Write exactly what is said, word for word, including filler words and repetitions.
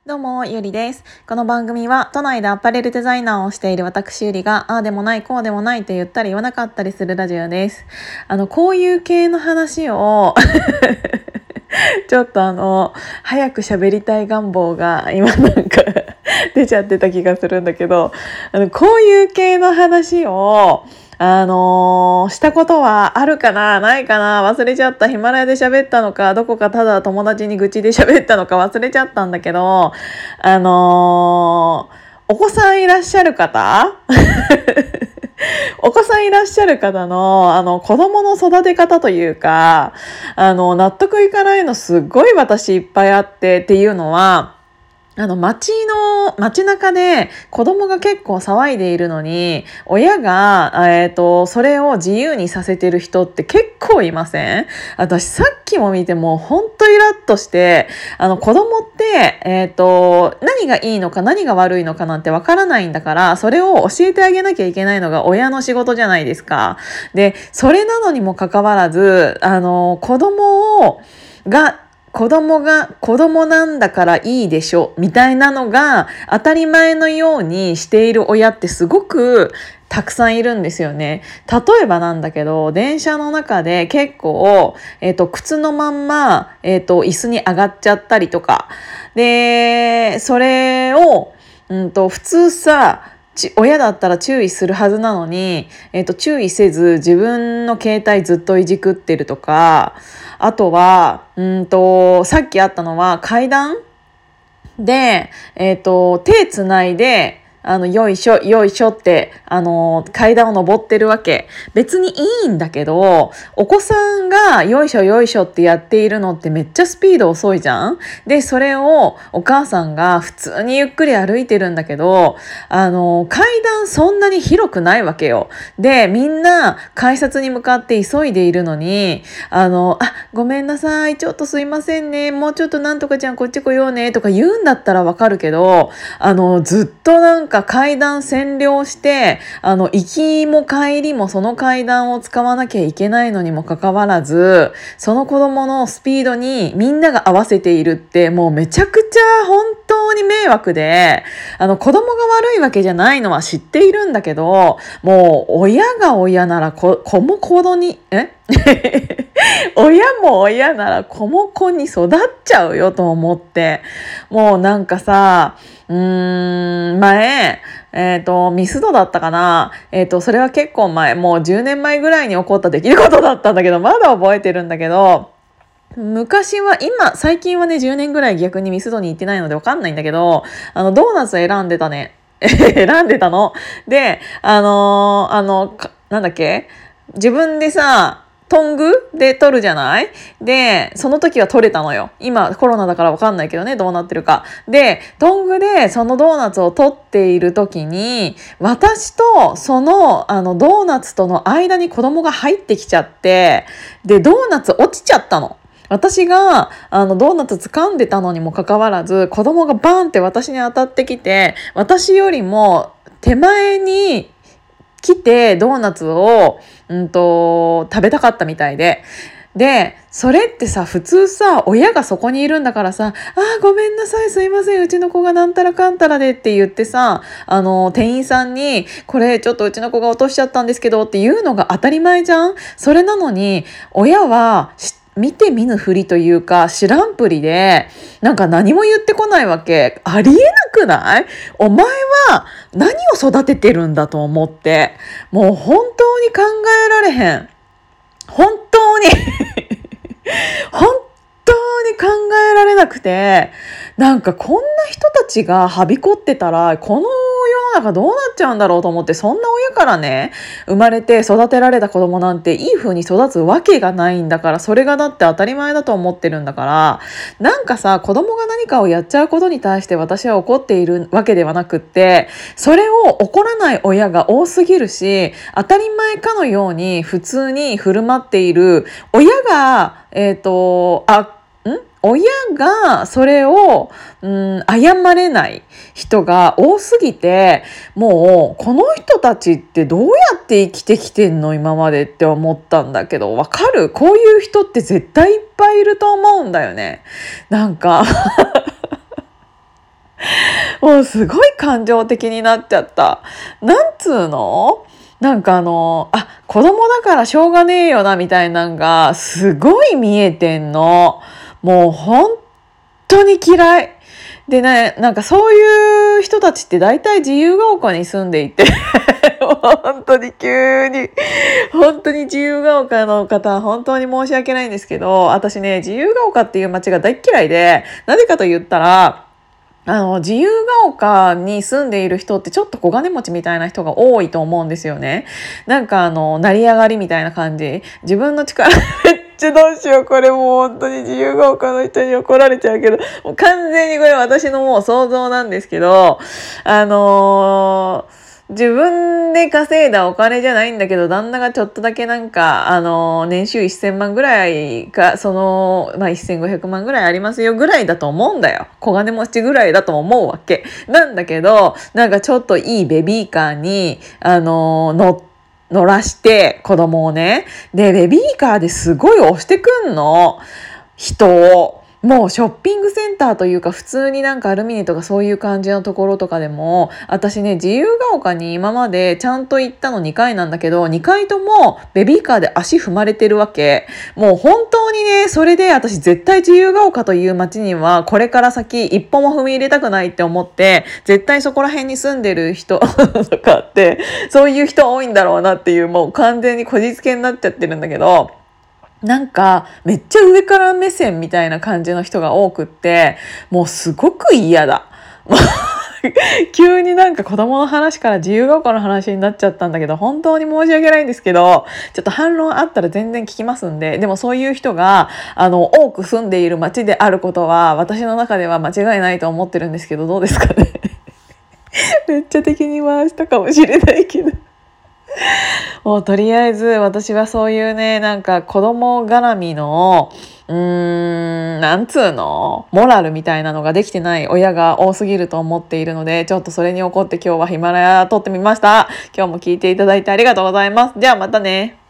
どうも、ゆりです。この番組は、都内でアパレルデザイナーをしている私ゆりが、ああでもない、こうでもないと言ったり言わなかったりするラジオです。あの、こういう系の話をちょっとあの、早く喋りたい願望が今なんか出ちゃってた気がするんだけど、あの、こういう系の話を、あのーしたことはあるかなないかな忘れちゃった。ヒマラヤで喋ったのか、どこかただ友達に愚痴で喋ったのか忘れちゃったんだけど、あのーお子さんいらっしゃる方お子さんいらっしゃる方の、あの、子供の育て方というか、あの、納得いかないのすっごい私いっぱいあってっていうのは、あの、街の、街中で子供が結構騒いでいるのに、親が、えっと、それを自由にさせてる人って結構いません？私さっきも見てもほんとイラッとして、あの、子供って、えっと、何がいいのか何が悪いのかなんてわからないんだから、それを教えてあげなきゃいけないのが親の仕事じゃないですか。で、それなのにもかかわらず、あの、子供を、が、子供が子供なんだからいいでしょみたいなのが当たり前のようにしている親ってすごくたくさんいるんですよね。例えばなんだけど、電車の中で結構、えっと、靴のまんま、えっと、椅子に上がっちゃったりとか。で、それを、うんと、普通さ、ち親だったら注意するはずなのに、えっと、注意せず自分の携帯ずっといじくってるとか、あとは、うんと、さっきあったのは階段で、えっと、手つないで、あの、よいしょ、よいしょって、あの、階段を登ってるわけ。別にいいんだけど、お子さんがよいしょよいしょってやっているのってめっちゃスピード遅いじゃん。で、それをお母さんが普通にゆっくり歩いてるんだけど、あの、階段そんなに広くないわけよ。で、みんな改札に向かって急いでいるのに、あの、あ、ごめんなさい、ちょっとすいませんね、もうちょっとなんとかちゃんこっち来ようね、とか言うんだったらわかるけど、あの、ずっとなんか階段占領して、あの、行きも帰りもその階段を使わなきゃいけないのにもかかわらず、その子供のスピードにみんなが合わせているって、もうめちゃくちゃ本当に迷惑で、あの、子供が悪いわけじゃないのは知っているんだけど、もう親が親なら子、子も子供に、え親も親なら子も子に育っちゃうよと思って、もうなんかさ、うーん、前、えっと、ミスドだったかな。えっと、それは結構前、もうじゅうねんまえぐらいに起こった出来事だったんだけど、まだ覚えてるんだけど、昔は、今、最近はね、じゅうねんぐらい逆にミスドに行ってないのでわかんないんだけど、あの、ドーナツ選んでたね。選んでたの。で、あのーあの、かなんだっけ自分でさ、トングで取るじゃない？で、その時は取れたのよ。今コロナだからわかんないけどね、どうなってるか。で、トングでそのドーナツを取っている時に、私とそのあのドーナツとの間に子供が入ってきちゃって、で、ドーナツ落ちちゃったの。私があのドーナツ掴んでたのにもかかわらず、子供がバーンって私に当たってきて、私よりも手前に来てドーナツを、うんと、食べたかったみたいで。で、それってさ、普通さ、親がそこにいるんだからさ、あーごめんなさい、すいません、うちの子がなんたらかんたらでって言ってさ、あの、店員さんに、これちょっとうちの子が落としちゃったんですけどっていうのが当たり前じゃん。それなのに、親は知って見て見ぬふりというか知らんぷりでなんか何も言ってこないわけ。ありえなくない？お前は何を育ててるんだと思って、もう本当に考えられへん。本当に本当に考えられなくて、なんかこんな人たちがはびこってたらこの世の中どうなっちゃうんだろうと思って、そんな親からね生まれて育てられた子供なんていい風に育つわけがないんだから、それがだって当たり前だと思ってるんだから、なんかさ、子供が何かをやっちゃうことに対して私は怒っているわけではなくって、それを怒らない親が多すぎるし、当たり前かのように普通に振る舞っている親が、えっと、あ、ん親がそれを、うん、謝れない人が多すぎて、もうこの人たちってどうやって生きてきてんの今までって思ったんだけど、わかる？こういう人って絶対いっぱいいると思うんだよね。なんかもうすごい感情的になっちゃった。なんつうのなんかあの、あ、子供だからしょうがねえよなみたいなんがすごい見えてんの。もう本当に嫌い。でね、なんかそういう人たちって大体自由が丘に住んでいて本当に急に本当に自由が丘の方本当に申し訳ないんですけど、私ね自由が丘っていう街が大っ嫌いで、なぜかと言ったらあの、自由が丘に住んでいる人ってちょっと小金持ちみたいな人が多いと思うんですよね。なんかあの、成り上がりみたいな感じ。自分の力めっちゃどうしよう。これもう本当に自由が丘の人に怒られちゃうけど、もう完全にこれ私のもう想像なんですけど、あのー自分で稼いだお金じゃないんだけど、旦那がちょっとだけなんか、あの、年収せんまんぐらいか、その、まあ、せんごひゃくまんぐらいありますよぐらいだと思うんだよ。小金持ちぐらいだと思うわけ。なんだけど、なんかちょっといいベビーカーに、あの、乗って、乗らして子供をね。で、ベビーカーですごい押してくんの。人を。もうショッピングセンターというか普通になんかアルミニとかそういう感じのところとかでも、私ね自由が丘に今までちゃんと行ったのにかいなんだけど、にかいともベビーカーで足踏まれてるわけ。もう本当にね、それで私絶対自由が丘という街にはこれから先一歩も踏み入れたくないって思って、絶対そこら辺に住んでる人とかってそういう人多いんだろうなっていう、もう完全にこじつけになっちゃってるんだけど、なんかめっちゃ上から目線みたいな感じの人が多くって、もうすごく嫌だ。急になんか子供の話から自由が丘の話になっちゃったんだけど、本当に申し訳ないんですけど、ちょっと反論あったら全然聞きますんで。でもそういう人があの多く住んでいる街であることは私の中では間違いないと思ってるんですけど、どうですかね。めっちゃ敵に回したかもしれないけど。もうとりあえず私はそういうね、なんか子供絡みのうーんなんつうのモラルみたいなのができてない親が多すぎると思っているので、ちょっとそれに怒って今日はヒマラヤ撮ってみました。今日も聞いていただいてありがとうございます。じゃあまたね。